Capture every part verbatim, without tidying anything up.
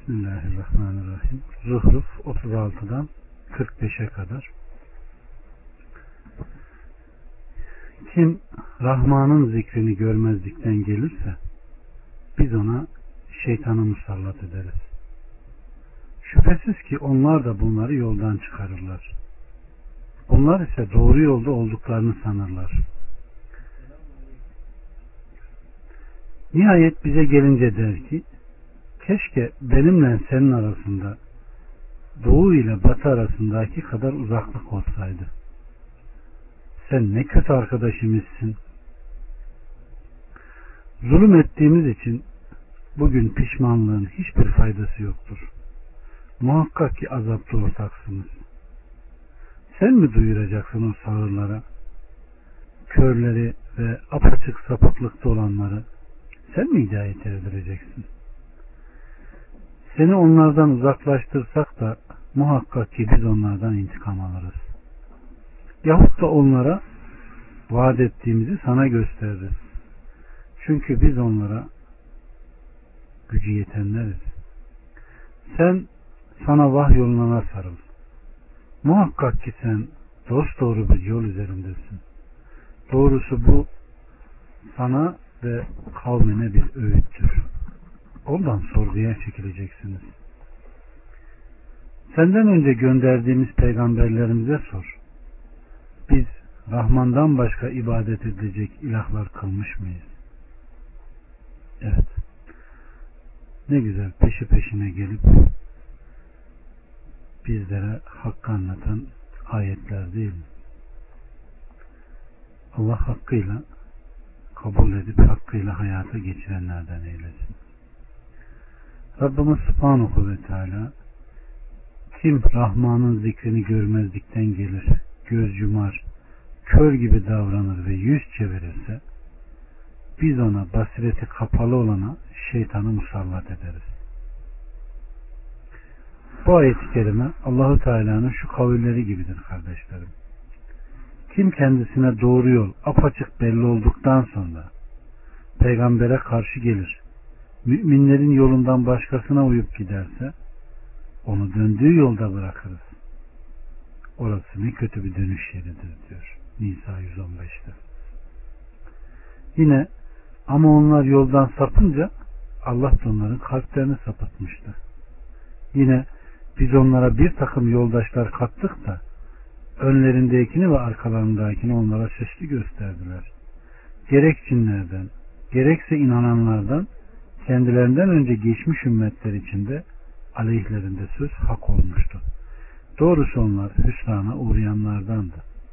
Bismillahirrahmanirrahim. Zuhruf otuz altıdan kırk beşe kadar. Kim Rahman'ın zikrini görmezlikten gelirse biz ona şeytanı musallat ederiz. Şüphesiz ki onlar da bunları yoldan çıkarırlar. Onlar ise doğru yolda olduklarını sanırlar. Nihayet bize gelince der ki, keşke benimle senin arasında doğu ile batı arasındaki kadar uzaklık olsaydı. Sen ne kötü arkadaşımızsın. Zulüm ettiğimiz için bugün pişmanlığın hiçbir faydası yoktur. Muhakkak ki azapta ortaksınız. Sen mi duyuracaksın o sağırlara, körleri ve apaçık sapıklıkta olanları sen mi hidayet erdireceksin? Seni onlardan uzaklaştırsak da muhakkak ki biz onlardan intikam alırız. Yahut da onlara vaat ettiğimizi sana gösteririz. Çünkü biz onlara gücü yetenleriz. Sen sana vahyolunana sarıl. Muhakkak ki sen dosdoğru bir yol üzerindesin. Doğrusu bu sana ve kavmine bir öğüttür. Ondan sorguya çekileceksiniz. Senden önce gönderdiğimiz peygamberlerimize sor. Biz Rahman'dan başka ibadet edilecek ilahlar kılmış mıyız? Evet. Ne güzel peşi peşine gelip bizlere hakkı anlatan ayetler değil mi? Allah hakkıyla kabul edip hakkıyla hayata geçirenlerden eylesin. Rabbimiz Subhanahu ve Teala kim Rahman'ın zikrini görmezlikten gelir, göz yumar, kör gibi davranır ve yüz çevirirse biz ona basireti kapalı olana şeytanı musallat ederiz. Bu ayet-i kerime Allahu Teala'nın şu kavilleri gibidir kardeşlerim. Kim kendisine doğru yol apaçık belli olduktan sonra peygambere karşı gelir, müminlerin yolundan başkasına uyup giderse onu döndüğü yolda bırakırız. Orası ne kötü bir dönüş yeridir diyor Nisa yüz on beşte. Yine ama onlar yoldan sapınca Allah da onların kalplerini sapıtmıştı. Yine biz onlara bir takım yoldaşlar kattık da önlerindekini ve arkalarındakini onlara süslü gösterdiler. Gerek cinlerden, gerekse inananlardan kendilerinden önce geçmiş ümmetler içinde aleyhlerinde söz hak olmuştu. Doğrusu onlar hüsrana uğrayanlardandı.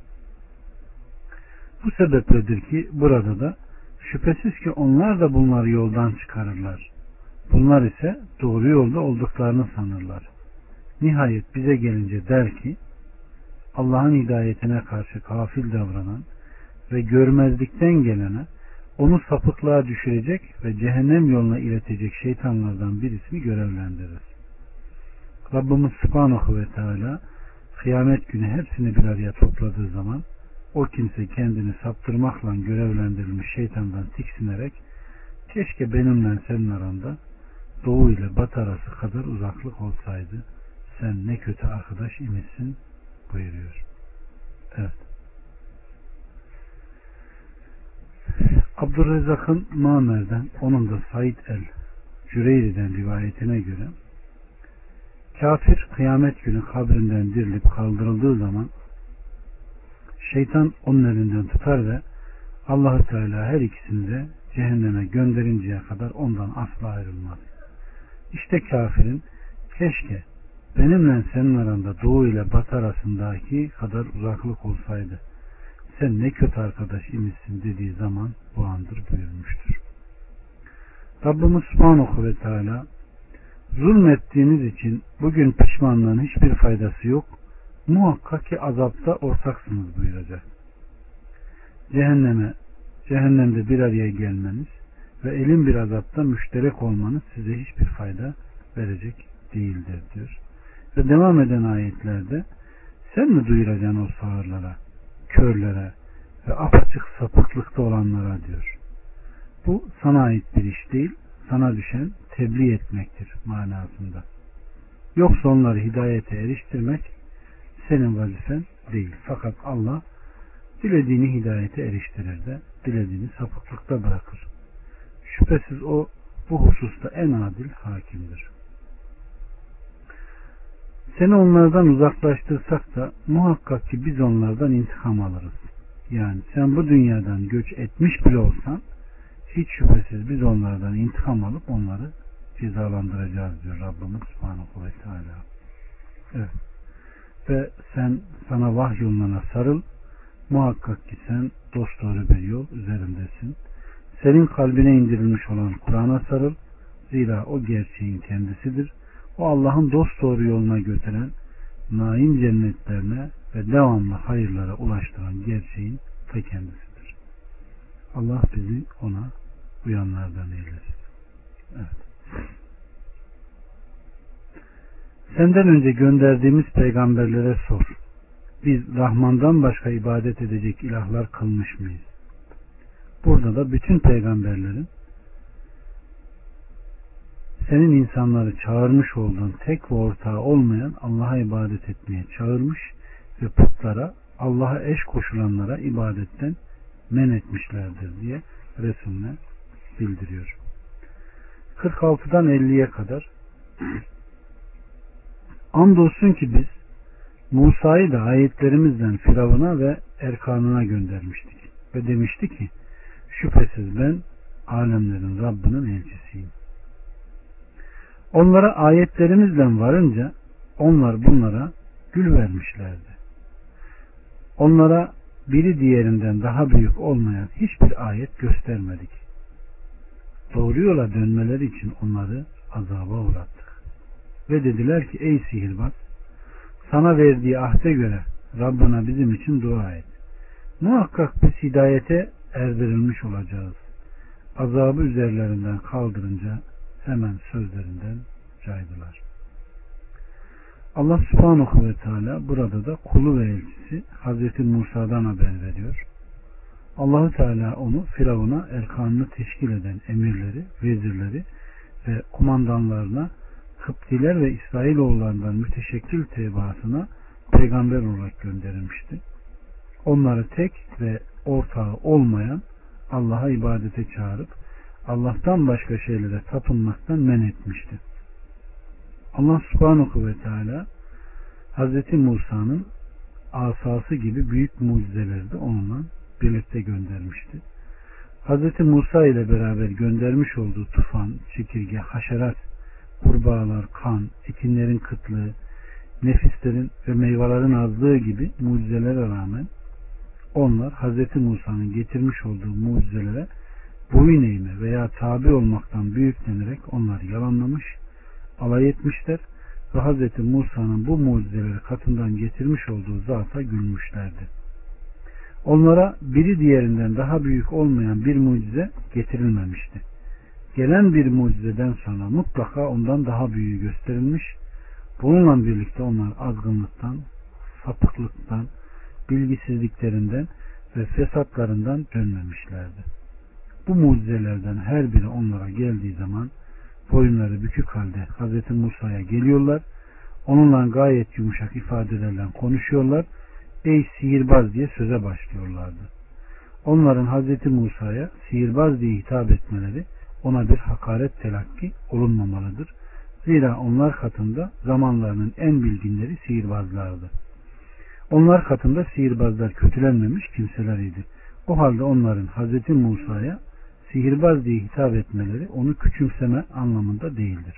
Bu sebepledir ki burada da şüphesiz ki onlar da bunları yoldan çıkarırlar. Bunlar ise doğru yolda olduklarını sanırlar. Nihayet bize gelince der ki Allah'ın hidayetine karşı gafil davranan ve görmezlikten gelene onu sapıklığa düşürecek ve cehennem yoluna iletecek şeytanlardan birisini görevlendirir. Rabbimiz Subhanahu ve Teala kıyamet günü hepsini bir araya topladığı zaman o kimse kendini saptırmakla görevlendirilmiş şeytandan tiksinerek keşke benimle senin aranda doğu ile batı arası kadar uzaklık olsaydı sen ne kötü arkadaş imişsin buyuruyor. Evet. Abdurrezzak'ın Mamer'den onun da Said el-Cüreyri'den rivayetine göre kafir kıyamet günü kabrinden dirilip kaldırıldığı zaman şeytan onun elinden tutar ve Allah-u Teala her ikisini de cehenneme gönderinceye kadar ondan asla ayrılmaz. İşte kafirin keşke benimle senin aranda doğu ile batı arasındaki kadar uzaklık olsaydı sen ne kötü arkadaş imişsin dediği zaman bu andır buyurmuştur. Rabbimiz Subhanahu ve Teala zulmettiğiniz için bugün pişmanlığın hiçbir faydası yok. Muhakkak ki azapta ortaksınız buyuracak. Cehenneme, cehennemde bir araya gelmeniz ve elin bir azapta müşterek olmanız size hiçbir fayda verecek değildir diyor. Ve devam eden ayetlerde sen mi duyuracaksın o sağırlara, körlere ve apaçık sapıklıkta olanlara diyor. Bu sana ait bir iş değil, sana düşen tebliğ etmektir manasında. Yoksa onları hidayete eriştirmek senin vazifen değil. Fakat Allah dilediğini hidayete eriştirir de dilediğini sapıklıkta bırakır. Şüphesiz o bu hususta en adil hakimdir. Seni onlardan uzaklaştırsak da muhakkak ki biz onlardan intikam alırız. Yani sen bu dünyadan göç etmiş bile olsan hiç şüphesiz biz onlardan intikam alıp onları cezalandıracağız diyor Rabbimiz Subhanahu ve Teala. Evet. Ve sen sana vahyolunana sarıl. Muhakkak ki sen dosdoğru bir yol üzerindesin. Senin kalbine indirilmiş olan Kur'an'a sarıl. Zira o gerçeğin kendisidir. O Allah'ın dosdoğru yoluna götüren, naim cennetlerine ve devamlı hayırlara ulaştıran gerçeğin ta kendisidir. Allah bizi ona uyanlardan eylesin. Evet. Senden önce gönderdiğimiz peygamberlere sor. Biz Rahman'dan başka ibadet edecek ilahlar kılmış mıyız? Burada da bütün peygamberlerin senin insanları çağırmış olduğun tek ve ortağı olmayan Allah'a ibadet etmeye çağırmış ve putlara, Allah'a eş koşulanlara ibadetten men etmişlerdir diye Resulüne bildiriyor. kırk altıdan elliye kadar andolsun ki biz Musa'yı da ayetlerimizden Firavun'a ve erkanına göndermiştik ve demişti ki şüphesiz ben alemlerin Rabbinin elçisiyim. Onlara ayetlerimizle varınca onlar bunlara gül vermişlerdi. Onlara biri diğerinden daha büyük olmayan hiçbir ayet göstermedik. Doğru yola dönmeleri için onları azaba uğrattık. Ve dediler ki ey sihirbaz, sana verdiği ahde göre Rabbına bizim için dua et. Muhakkak biz hidayete erdirilmiş olacağız. Azabı üzerlerinden kaldırınca hemen sözlerinden caydılar. Allah Subhanahu ve Teala burada da kulu ve elçisi Hazreti Musa'dan haber veriyor. Allah Teala onu Firavun'a erkanını teşkil eden emirleri, vezirleri ve kumandanlarına, Kıptiler ve İsrailoğullarından müteşekkil tebaasına peygamber olarak gönderilmişti. Onları tek ve ortağı olmayan Allah'a ibadete çağırıp Allah'tan başka şeylere tapınmaktan men etmişti. Allah Subhanahu ve Teala Hazreti Musa'nın asası gibi büyük mucizeleri de onunla birlikte göndermişti. Hazreti Musa ile beraber göndermiş olduğu tufan, çekirge, haşerat, kurbağalar, kan, ekinlerin kıtlığı, nefislerin ve meyvelerin azlığı gibi mucizelere rağmen onlar Hazreti Musa'nın getirmiş olduğu mucizelere boyun eğme veya tabi olmaktan büyüklenerek onları yalanlamış, alay etmişler ve Hazreti Musa'nın bu mucizeleri katından getirmiş olduğu zata gülmüşlerdi. Onlara biri diğerinden daha büyük olmayan bir mucize getirilmemişti. Gelen bir mucizeden sonra mutlaka ondan daha büyüğü gösterilmiş. Bununla birlikte onlar azgınlıktan, sapıklıktan, bilgisizliklerinden ve fesatlarından dönmemişlerdi. Bu mucizelerden her biri onlara geldiği zaman boyunları bükük halde Hazreti Musa'ya geliyorlar. Onunla gayet yumuşak ifadelerle konuşuyorlar. Ey sihirbaz diye söze başlıyorlardı. Onların Hazreti Musa'ya sihirbaz diye hitap etmeleri ona bir hakaret telakki olunmamalıdır. Zira onlar katında zamanlarının en bilginleri sihirbazlardı. Onlar katında sihirbazlar kötülenmemiş kimseler idi. O halde onların Hazreti Musa'ya sihirbaz diye hitap etmeleri onu küçümseme anlamında değildir.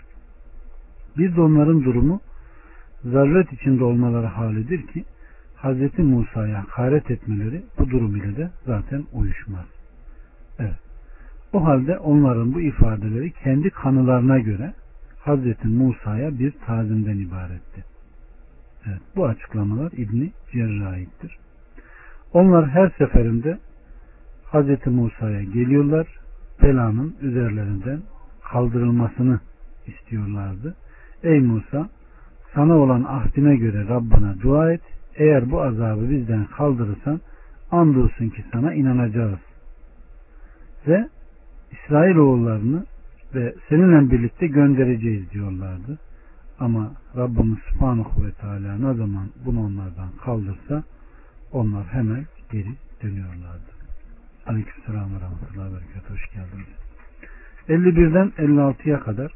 Bir de onların durumu zaruret içinde olmaları halidir ki Hazreti Musa'ya hakaret etmeleri bu durum ile de zaten uyuşmaz. Evet. O halde onların bu ifadeleri kendi kanılarına göre Hazreti Musa'ya bir tazimden ibaretti. Evet, bu açıklamalar İbn-i Cerrah'a aittir. Onlar her seferinde Hazreti Musa'ya geliyorlar, belanın üzerlerinden kaldırılmasını istiyorlardı. Ey Musa, sana olan ahdine göre Rabbına dua et. Eğer bu azabı bizden kaldırırsan andolsun ki sana inanacağız. Ve İsrailoğullarını ve seninle birlikte göndereceğiz diyorlardı. Ama Rabbimiz Subhanahu ve Teala ne zaman bunu onlardan kaldırsa onlar hemen geri dönüyorlardı. Aleykümselam ve rahmetullahi ve berekatuhu. Hoş geldiniz. elli birden elli altıya kadar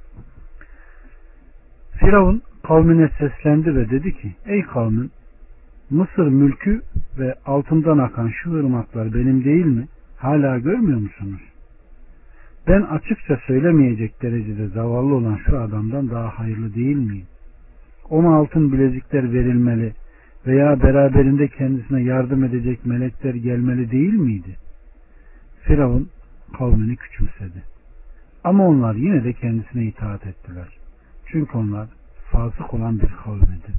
Firavun kavmine seslendi ve dedi ki: ey kavmin, Mısır mülkü ve altından akan şu ırmaklar benim değil mi? Hala görmüyor musunuz? Ben açıkça söylemeyecek derecede zavallı olan şu adamdan daha hayırlı değil miyim? Ona altın bilezikler verilmeli veya beraberinde kendisine yardım edecek melekler gelmeli değil miydi? Firavun kavmini küçümsedi. Ama onlar yine de kendisine itaat ettiler. Çünkü onlar fasık olan bir kavim idi.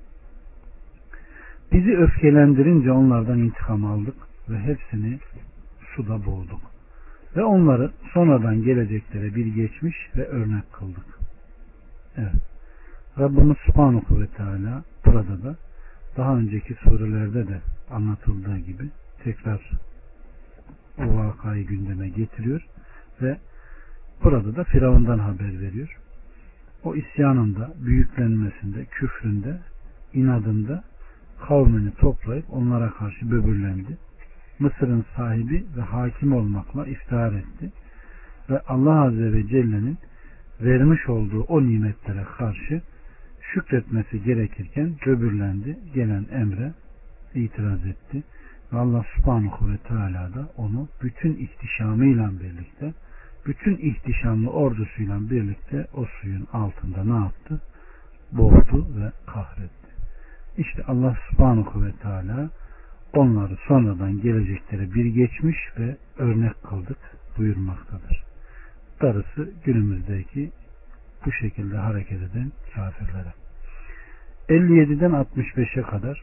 Bizi öfkelendirince onlardan intikam aldık ve hepsini suda boğduk. Ve onları sonradan geleceklere bir geçmiş ve örnek kıldık. Evet. Rabbimiz Subhanahu ve Teala burada da daha önceki surelerde de anlatıldığı gibi tekrar o vakayı gündeme getiriyor ve burada da Firavun'dan haber veriyor. O isyanında, büyüklenmesinde, küfründe, inadında kavmini toplayıp onlara karşı böbürlendi. Mısır'ın sahibi ve hakim olmakla iftihar etti. Ve Allah Azze ve Celle'nin vermiş olduğu o nimetlere karşı şükretmesi gerekirken böbürlendi. Gelen emre itiraz etti. Ve Allah Subhanahu ve Teala da onu bütün ihtişamıyla birlikte, bütün ihtişamlı ordusuyla birlikte o suyun altında ne yaptı? Boğdu ve kahretti. İşte Allah Subhanahu ve Teala onları sonradan geleceklere bir geçmiş ve örnek kıldık buyurmaktadır. Darısı günümüzdeki bu şekilde hareket eden kafirlere. elli yediden altmış beşe kadar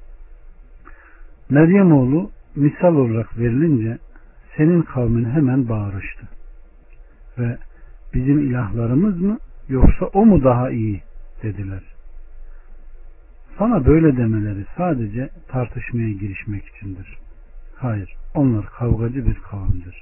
Meryem oğlu misal olarak verilince senin kavmin hemen bağırıştı ve bizim ilahlarımız mı yoksa o mu daha iyi dediler. Sana böyle demeleri sadece tartışmaya girişmek içindir. Hayır, onlar kavgacı bir kavimdir.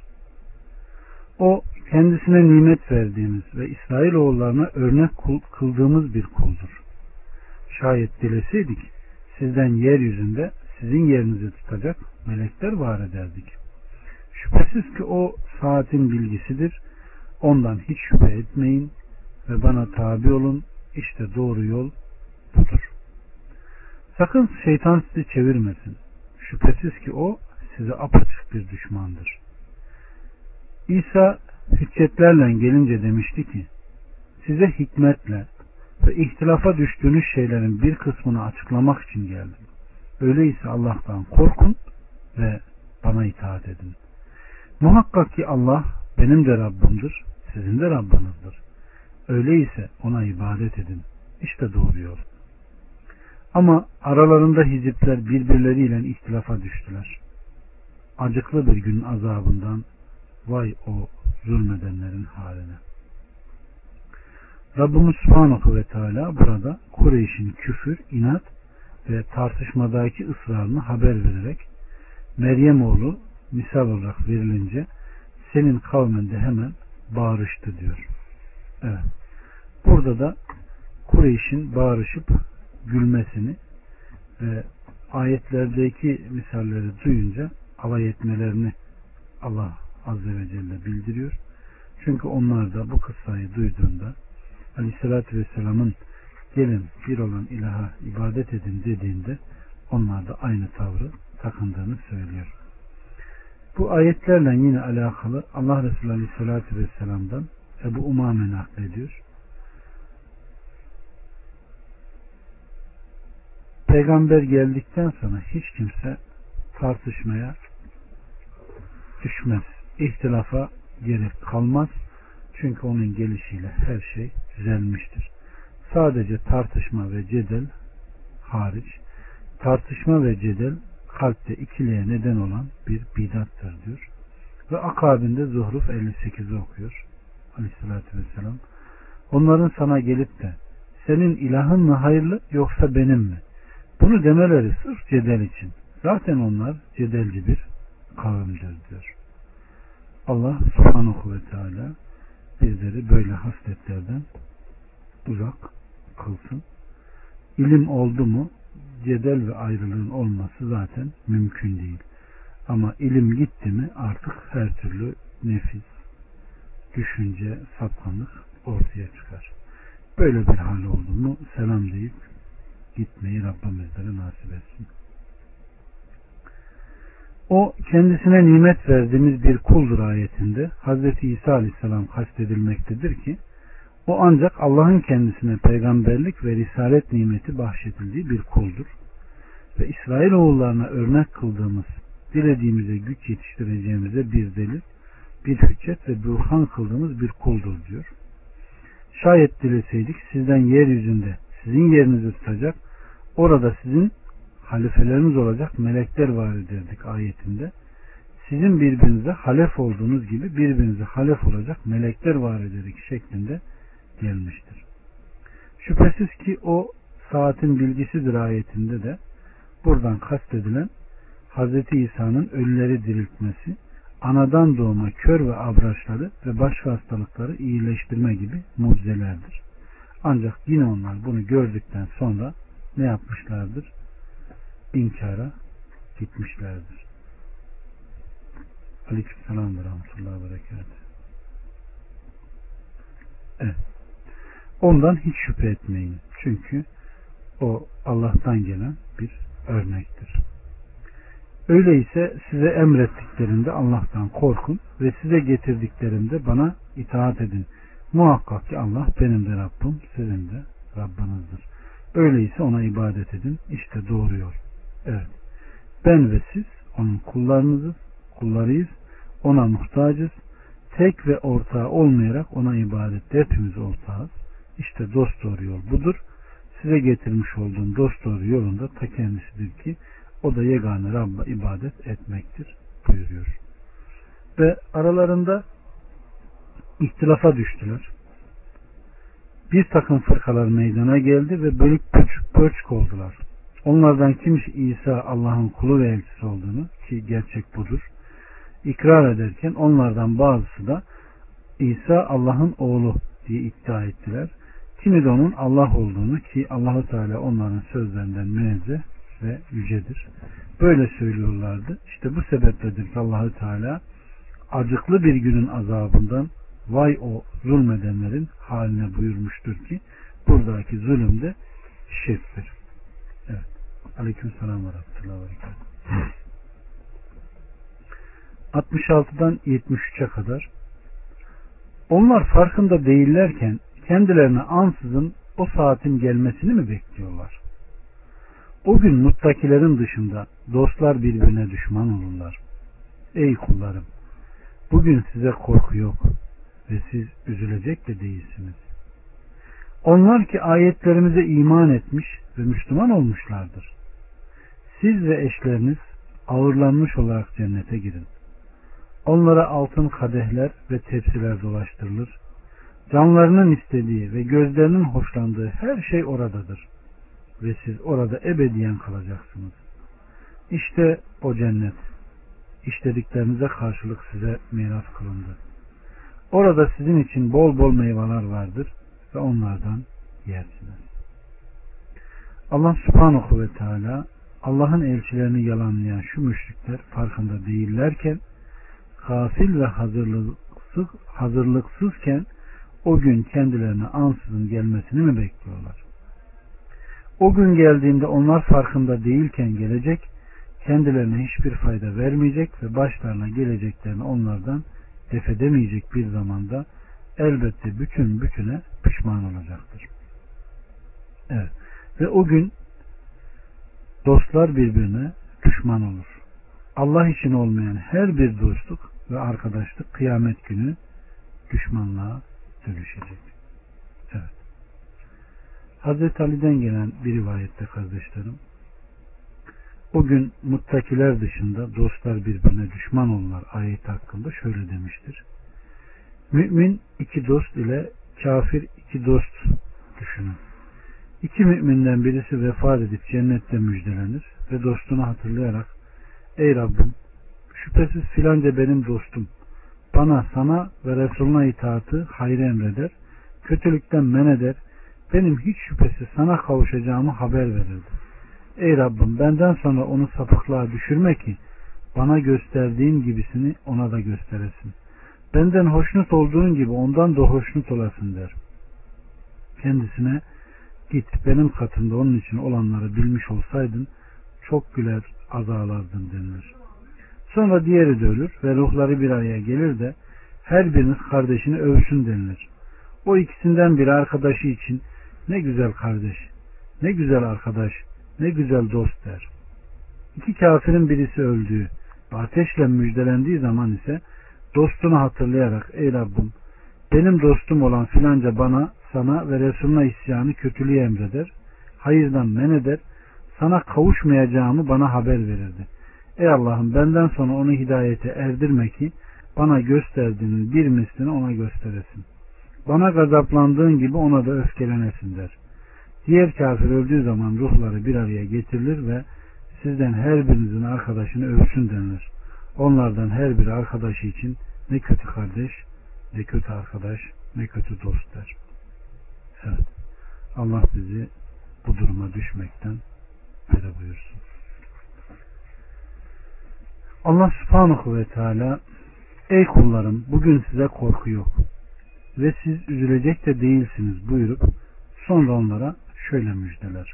O kendisine nimet verdiğimiz ve İsrailoğullarına örnek kıldığımız bir kuldur. Şayet dileseydik sizden yeryüzünde sizin yerinizi tutacak melekler var ederdik. Şüphesiz ki o saatin bilgisidir. Ondan hiç şüphe etmeyin ve bana tabi olun. İşte doğru yol budur. Sakın şeytan sizi çevirmesin. Şüphesiz ki o size apaçık bir düşmandır. İsa hüccetlerle gelince demişti ki size hikmetle ve ihtilafa düştüğünüz şeylerin bir kısmını açıklamak için geldim. Öyleyse Allah'tan korkun ve bana itaat edin. Muhakkak ki Allah benim de Rabbimdir, sizin de Rabbinizdir. Öyleyse ona ibadet edin. İşte doğru yol. Ama aralarında hizipler birbirleriyle ihtilafa düştüler. Acıklı bir günün azabından vay o zulmedenlerin haline. Rabbimiz Subhanahu ve Teala burada Kureyş'in küfür, inat ve tartışmadaki ısrarını haber vererek Meryem oğlu misal olarak verilince senin kavminde hemen bağırıştı diyor. Evet. Burada da Kureyş'in bağırışıp gülmesini ve ayetlerdeki misalleri duyunca alay etmelerini Allah Azze ve Celle bildiriyor. Çünkü onlar da bu kıssayı duyduğunda Aleyhisselatü Vesselam'ın gelin bir olan ilaha ibadet edin dediğinde onlar da aynı tavrı takındığını söylüyor. Bu ayetlerle yine alakalı Allah Resulü Aleyhisselatü Vesselam'dan Ebu Umame naklediyor. Peygamber geldikten sonra hiç kimse tartışmaya düşmez. İhtilafa gerek kalmaz. Çünkü onun gelişiyle her şey düzelmiştir. Sadece tartışma ve cedel hariç. Tartışma ve cedel kalpte ikiliğe neden olan bir bidattır diyor. Ve akabinde Zuhruf elli sekizi okuyor. Aleyhissalatü vesselam. Onların sana gelip de senin ilahın mı hayırlı yoksa benim mi? Bunu demeleri sırf cedel için. Zaten onlar cedelci bir kavimdir diyor. Allah Subhanahu ve Teala bizleri böyle hasletlerden uzak kılsın. İlim oldu mu cedel ve ayrılığın olması zaten mümkün değil. Ama ilim gitti mi artık her türlü nefis, düşünce, sapkınlık ortaya çıkar. Böyle bir hal oldu mu selam deyip gitmeyi Rabbim bizlere nasip etsin. O kendisine nimet verdiğimiz bir kuldur ayetinde Hazreti İsa Aleyhisselam kastedilmektedir ki o ancak Allah'ın kendisine peygamberlik ve risalet nimeti bahşedildiği bir kuldur. Ve İsrailoğullarına örnek kıldığımız, dilediğimize güç yetiştireceğimize bir delil, bir hüccet ve burhan kıldığımız bir kuldur diyor. Şayet dileseydik sizden yeryüzünde sizin yerinizi tutacak, orada sizin halifeleriniz olacak melekler var ederdik ayetinde. Sizin birbirinize halef olduğunuz gibi birbirinize halef olacak melekler var ederdik şeklinde gelmiştir. Şüphesiz ki o saatin bilgisidir ayetinde de buradan kastedilen Hz. İsa'nın ölüleri diriltmesi, anadan doğma kör ve abraçları ve başka hastalıkları iyileştirme gibi mucizelerdir. Ancak yine onlar bunu gördükten sonra ne yapmışlardır? İnkara gitmişlerdir. Aleykümselam ve rahmetullahi ve berekatuhu. Evet. Ondan hiç şüphe etmeyin. Çünkü o Allah'tan gelen bir örnektir. Öyleyse size emrettiklerinde Allah'tan korkun ve size getirdiklerimde bana itaat edin. Muhakkak ki Allah benim de Rabbim, sizin de Rabbinizdir. Öyleyse ona ibadet edin. İşte doğru yol. Evet. Ben ve siz onun kullarınızız, kullarıyız. Ona muhtacız. Tek ve ortağı olmayarak ona ibadette hepimiz ortağız. İşte dosdoğru yol budur. Size getirmiş olduğum dosdoğru yolunda ta kendisidir ki o da yegane Rabb'a ibadet etmektir buyuruyor. Ve aralarında ihtilafa düştüler. Bir takım fırkalar meydana geldi ve bölük pörçük pörçük oldular. Onlardan kimisi İsa Allah'ın kulu ve elçisi olduğunu, ki gerçek budur, ikrar ederken onlardan bazısı da İsa Allah'ın oğlu diye iddia ettiler. Kimi de onun Allah olduğunu, ki Allah-u Teala onların sözlerinden münezzeh ve yücedir. Böyle söylüyorlardı. İşte bu sebepledir ki Allah-u Teala acıklı bir günün azabından vay o zulmedenlerin haline buyurmuştur ki buradaki zulüm de şirktir. Evet. Aleykümselam ve rahmetullahi ve berekatuhu. altmış altıdan yetmiş üçe kadar onlar farkında değillerken kendilerine ansızın o saatin gelmesini mi bekliyorlar? O gün muttakilerin dışında dostlar birbirine düşman olurlar. Ey kullarım! Bugün size korku yok ve siz üzülecek de değilsiniz. Onlar ki ayetlerimize iman etmiş ve Müslüman olmuşlardır. Siz ve eşleriniz ağırlanmış olarak cennete girin. Onlara altın kadehler ve tepsiler dolaştırılır. Canlarının istediği ve gözlerinin hoşlandığı her şey oradadır. Ve siz orada ebediyen kalacaksınız. İşte o cennet. İşlediklerinize karşılık size miras kılındı. Orada sizin için bol bol meyveler vardır ve onlardan yersiniz. Allah Subhanahu ve Teala Allah'ın elçilerini yalanlayan şu müşrikler farkında değillerken, gafil ve hazırlıksız, hazırlıksızken o gün kendilerine ansızın gelmesini mi bekliyorlar? O gün geldiğinde onlar farkında değilken gelecek, kendilerine hiçbir fayda vermeyecek ve başlarına geleceklerini onlardan def edemeyecek bir zamanda elbette bütün bütüne pişman olacaktır. Evet. Ve o gün dostlar birbirine düşman olur. Allah için olmayan her bir dostluk ve arkadaşlık kıyamet günü düşmanlığa dönüşecek. Evet. Hazreti Ali'den gelen bir rivayette kardeşlerim, o gün muttakiler dışında dostlar birbirine düşman olurlar ayet hakkında şöyle demiştir. Mümin iki dost ile kafir iki dost düşünün. İki müminden birisi vefat edip cennette müjdelenir ve dostunu hatırlayarak ey Rabbim şüphesiz filanca benim dostum, bana, sana ve Resulüne itaatı, hayrı emreder, kötülükten men eder, benim hiç şüphesiz sana kavuşacağımı haber verirdi. Ey Rabbim, benden sonra onu sapıklığa düşürme ki bana gösterdiğin gibisini ona da gösteresin. Benden hoşnut olduğun gibi ondan da hoşnut olasın der. Kendisine git, benim katımda onun için olanları bilmiş olsaydın çok güler azarlardın denilir. Sonra diğeri de ölür ve ruhları bir araya gelir de her biriniz kardeşini övsün denilir. O ikisinden biri arkadaşı için ne güzel kardeş, ne güzel arkadaş, ne güzel dost der. İki kafirin birisi öldüğü ve ateşle müjdelendiği zaman ise dostunu hatırlayarak ey Rabbim, benim dostum olan filanca bana, sana ve Resulüne isyanı, kötülüğü emreder, hayırdan men eder, sana kavuşmayacağımı bana haber verirdi. Ey Allah'ım, benden sonra onu hidayete erdirme ki bana gösterdiğinin bir mislini ona gösteresin. Bana gazaplandığın gibi ona da öfkelenesin der. Diğer kafir öldüğü zaman ruhları bir araya getirilir ve sizden her birinizin arkadaşını övsün denilir. Onlardan her biri arkadaşı için ne kötü kardeş, ne kötü arkadaş, ne kötü dost der. Evet. Allah bizi bu duruma düşmekten beri buyursun. Allah subhanahu ve teala ey kullarım, bugün size korku yok ve siz üzülecek de değilsiniz buyurup sonra onlara şöyle müjdeler.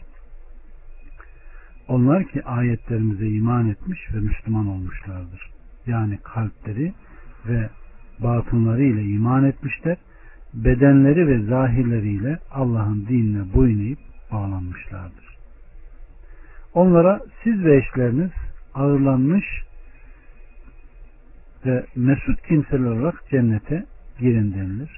Onlar ki ayetlerimize iman etmiş ve Müslüman olmuşlardır. Yani kalpleri ve batınları ile iman etmişler, bedenleri ve zahirleriyle Allah'ın dinine boyun eğip bağlanmışlardır. Onlara siz ve eşleriniz ağırlanmış ve mesut kimseler olarak cennete girin denilir.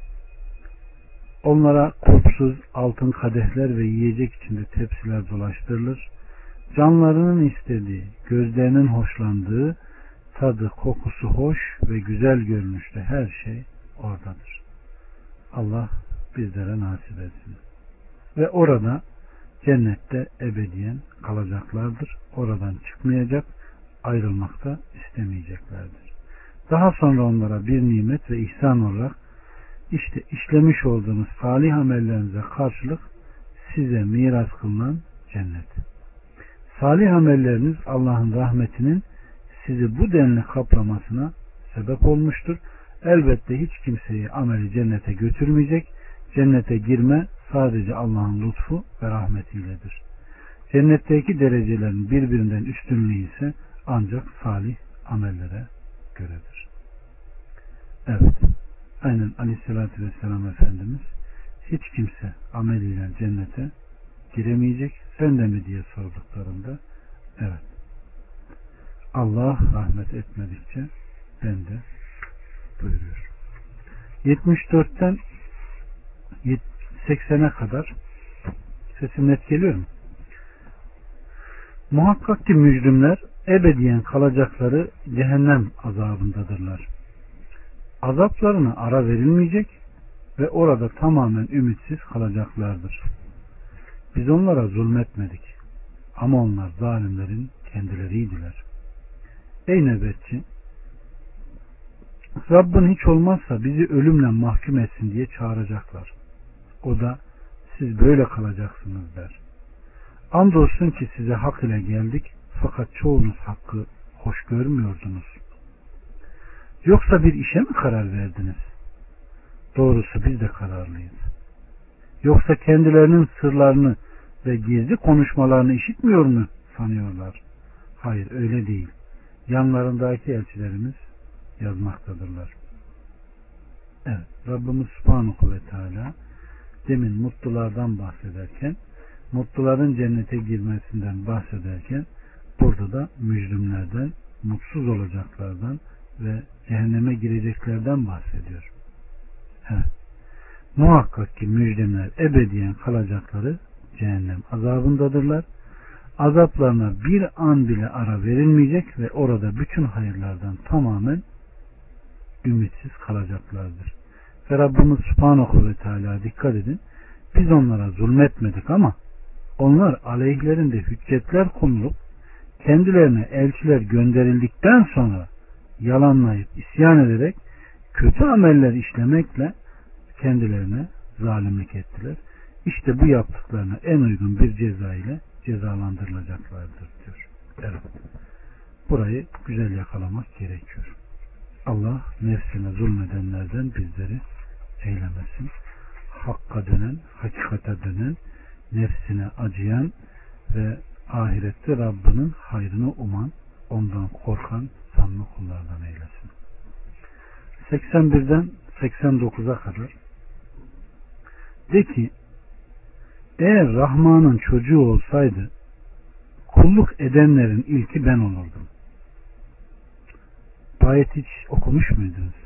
Onlara kupsuz altın kadehler ve yiyecek içinde tepsiler dolaştırılır. Canlarının istediği, gözlerinin hoşlandığı, tadı, kokusu hoş ve güzel görünüşte her şey oradadır. Allah bizlere nasip etsin. Ve orada cennette ebediyen kalacaklardır. Oradan çıkmayacak, ayrılmak da istemeyeceklerdir. Daha sonra onlara bir nimet ve ihsan olarak işte işlemiş olduğunuz salih amellerinize karşılık size miras kılınan cennet. Salih amelleriniz Allah'ın rahmetinin sizi bu denli kaplamasına sebep olmuştur. Elbette hiç kimseyi ameli cennete götürmeyecek. Cennete girme sadece Allah'ın lütfu ve rahmetiyledir. Cennetteki derecelerin birbirinden üstünlüğü ise ancak salih amellere göredir. Evet. Aynen Aleyhisselatü Vesselam Efendimiz hiç kimse ameliyle cennete giremeyecek. Sen de mi diye sorduklarında evet. Allah rahmet etmedikçe ben de buyuruyor. yetmiş dörtten seksene kadar sesim net geliyor mu? Muhakkak ki mücrimler ebediyen kalacakları cehennem azabındadırlar. Azaplarına ara verilmeyecek ve orada tamamen ümitsiz kalacaklardır. Biz onlara zulmetmedik ama onlar zalimlerin kendileriydiler. Ey nöbetçi, Rabbin hiç olmazsa bizi ölümle mahkum etsin diye çağıracaklar. O da siz böyle kalacaksınız der. Andolsun ki size hak ile geldik fakat çoğunuz hakkı hoş görmüyordunuz. Yoksa bir işe mi karar verdiniz? Doğrusu biz de kararlıyız. Yoksa kendilerinin sırlarını ve gizli konuşmalarını işitmiyor mu sanıyorlar? Hayır, öyle değil. Yanlarındaki elçilerimiz yazmaktadırlar. Evet, Rabbimiz Subhanahu ve Teala demin mutlulardan bahsederken, mutluların cennete girmesinden bahsederken, burada da mücrimlerden, mutsuz olacaklardan ve cehenneme gireceklerden bahsediyor. Evet. Muhakkak ki mücrimler ebediyen kalacakları cehennem azabındadırlar. Azaplarına bir an bile ara verilmeyecek ve orada bütün hayırlardan tamamen ümitsiz kalacaklardır. Ve Rabbimiz Subhanahu ve Teala dikkat edin, biz onlara zulmetmedik ama onlar aleyhlerinde hüccetler konulup kendilerine elçiler gönderildikten sonra yalanlayıp isyan ederek kötü ameller işlemekle kendilerine zalimlik ettiler. İşte bu yaptıklarına en uygun bir ceza ile cezalandırılacaklardır diyor. Evet. Burayı güzel yakalamak gerekiyor. Allah nefsine zulmedenlerden bizleri eylemesin. Hakka dönen, hakikate dönen, nefsine acıyan ve ahirette Rabbinin hayrını uman, ondan korkan sanma kullardan eylesin. seksen birden seksen dokuza kadar de ki, eğer Rahman'ın çocuğu olsaydı kulluk edenlerin ilki ben olurdum. Bu ayeti hiç okumuş muydunuz?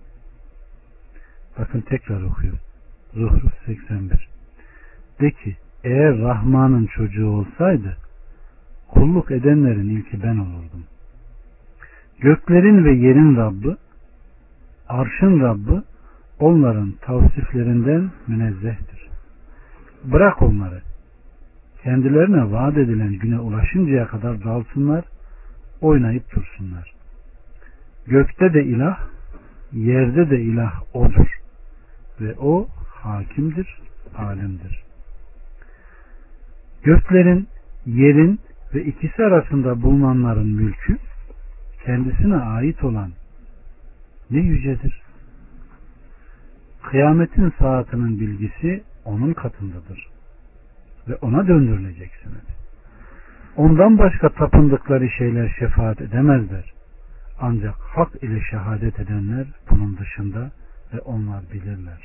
Bakın tekrar okuyorum. Zuhruf seksen bir. De ki, eğer Rahman'ın çocuğu olsaydı kulluk edenlerin ilki ben olurdum. Göklerin ve yerin Rabbi, arşın Rabbi onların tavsiflerinden münezzehtir. Bırak onları. Kendilerine vaat edilen güne ulaşıncaya kadar dalsınlar, oynayıp dursunlar. Gökte de ilah, yerde de ilah odur. Ve o hakimdir, alimdir. Göklerin, yerin ve ikisi arasında bulunanların mülkü kendisine ait olan ne yücedir. Kıyametin saatinin bilgisi onun katındadır. Ve ona döndürüleceksiniz. Ondan başka tapındıkları şeyler şefaat edemezler. Ancak hak ile şehadet edenler bunun dışında ve onlar bilirler.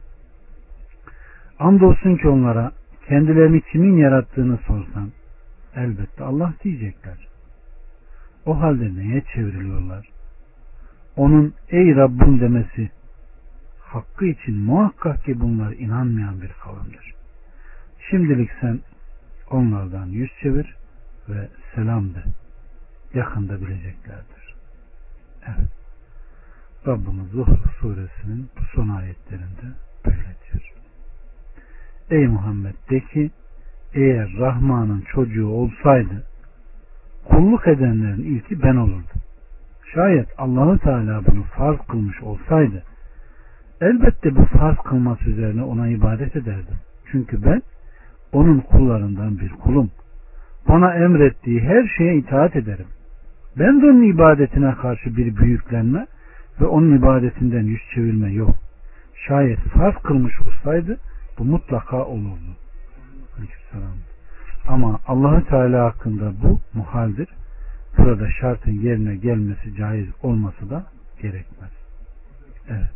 Andolsun ki onlara kendilerini kimin yarattığını sorsan elbette Allah diyecekler. O halde neye çevriliyorlar? Onun ey Rabbim demesi hakkı için muhakkak ki bunlar inanmayan bir kavimdir. Şimdilik sen onlardan yüz çevir ve selam de. Yakında bileceklerdir. Evet. Rabbimiz Zuhruf suresinin bu son ayetlerinde böyle diyor. Ey Muhammed de ki, eğer Rahman'ın çocuğu olsaydı kulluk edenlerin ilki ben olurdum. Şayet Allah-u Teala bunu farz kılmış olsaydı elbette bu farz kılması üzerine ona ibadet ederdim. Çünkü ben onun kullarından bir kulum. Bana emrettiği her şeye itaat ederim. Ben de onun ibadetine karşı bir büyüklenme ve onun ibadetinden yüz çevirme yok. Şayet farz kılmış olsaydı bu mutlaka olurdu. Aleykümselam. Ama Allah-u Teala hakkında bu muhaldir. Burada şartın yerine gelmesi caiz olması da gerekmez. Evet.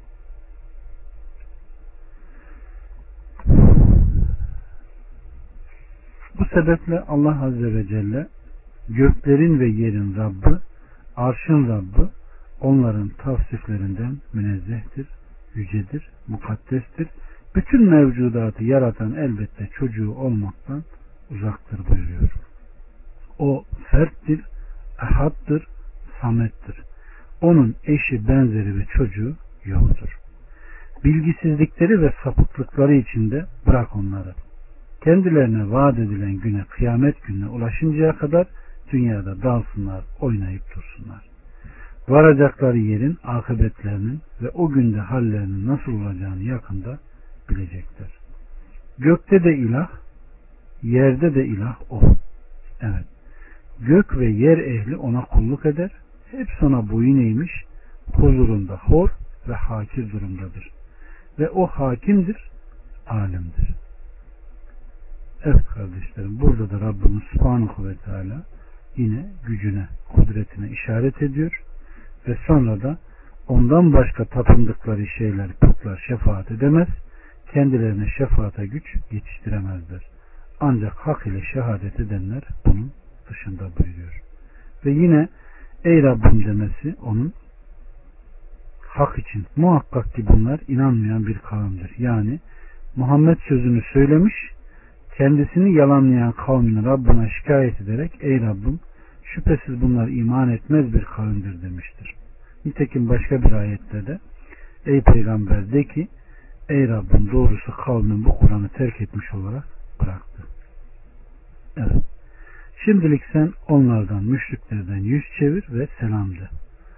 Bu sebeple Allah Azze ve Celle göklerin ve yerin Rabbi, arşın Rabbi onların tavsiflerinden münezzehtir, yücedir, mukaddestir. Bütün mevcudatı yaratan elbette çocuğu olmaktan uzaktır buyuruyor. O ferttir, ehaddır, samettir. Onun eşi, benzeri ve çocuğu yoktur. Bilgisizlikleri ve sapıklıkları içinde bırak onları. Kendilerine vaat edilen güne, kıyamet gününe ulaşıncaya kadar dünyada dalsınlar, oynayıp dursunlar. Varacakları yerin akıbetlerinin ve o günde hallerinin nasıl olacağını yakında bilecekler. Gökte de ilah, yerde de ilah o. Evet. Gök ve yer ehli ona kulluk eder. Hepsi ona boyun eğmiş, huzurunda hor ve hakir durumdadır. Ve o hakimdir, alimdir. Evet kardeşlerim, burada da Rabbimiz Subhanahu ve Teala yine gücüne, kudretine işaret ediyor ve sonra da ondan başka tapındıkları şeyler, putlar şefaat edemez, kendilerine şefaate güç yetiştiremezler. Ancak hak ile şehadet edenler bunun dışında buyuruyor. Ve yine ey Rabbim demesi onun hak için. Muhakkak ki bunlar inanmayan bir kavimdir. Yani Muhammed sözünü söylemiş, kendisini yalanlayan kavmini Rabbine şikayet ederek ey Rabbim şüphesiz bunlar iman etmez bir kavimdir demiştir. Nitekim başka bir ayette de ey peygamber de ki ey Rabbim doğrusu kavmin bu Kur'an'ı terk etmiş olarak bıraktı. Evet. Şimdilik sen onlardan, müşriklerden yüz çevir ve selam de.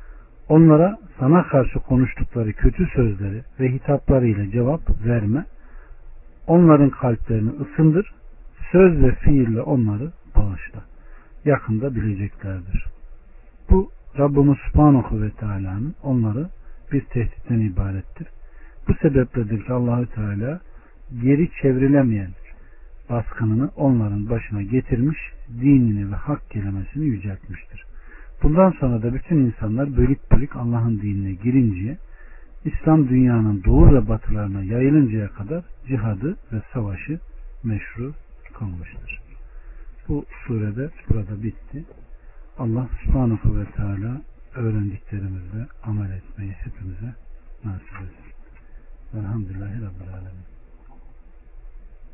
Onlara sana karşı konuştukları kötü sözleri ve hitaplarıyla cevap verme. Onların kalplerini ısındır. Söz ve fiille onları bağışla. Yakında bileceklerdir. Bu Rabbimiz Subhanahu ve Teala'nın onları bir tehditten ibarettir. Bu sebepledir ki Allahü Teala geri çevrilemeyen baskınını onların başına getirmiş, dinini ve hak kelimesini yüceltmiştir. Bundan sonra da bütün insanlar bölük bölük Allah'ın dinine girinceye, İslam dünyanın doğu ve batılarına yayılıncaya kadar cihadı ve savaşı meşru kılmıştır. Bu surede burada bitti. Allah Subhanahu ve Teala öğrendiklerimizle amel etmeyi hepimize nasip etsin. Elhamdülillahi Rabbil Alemin.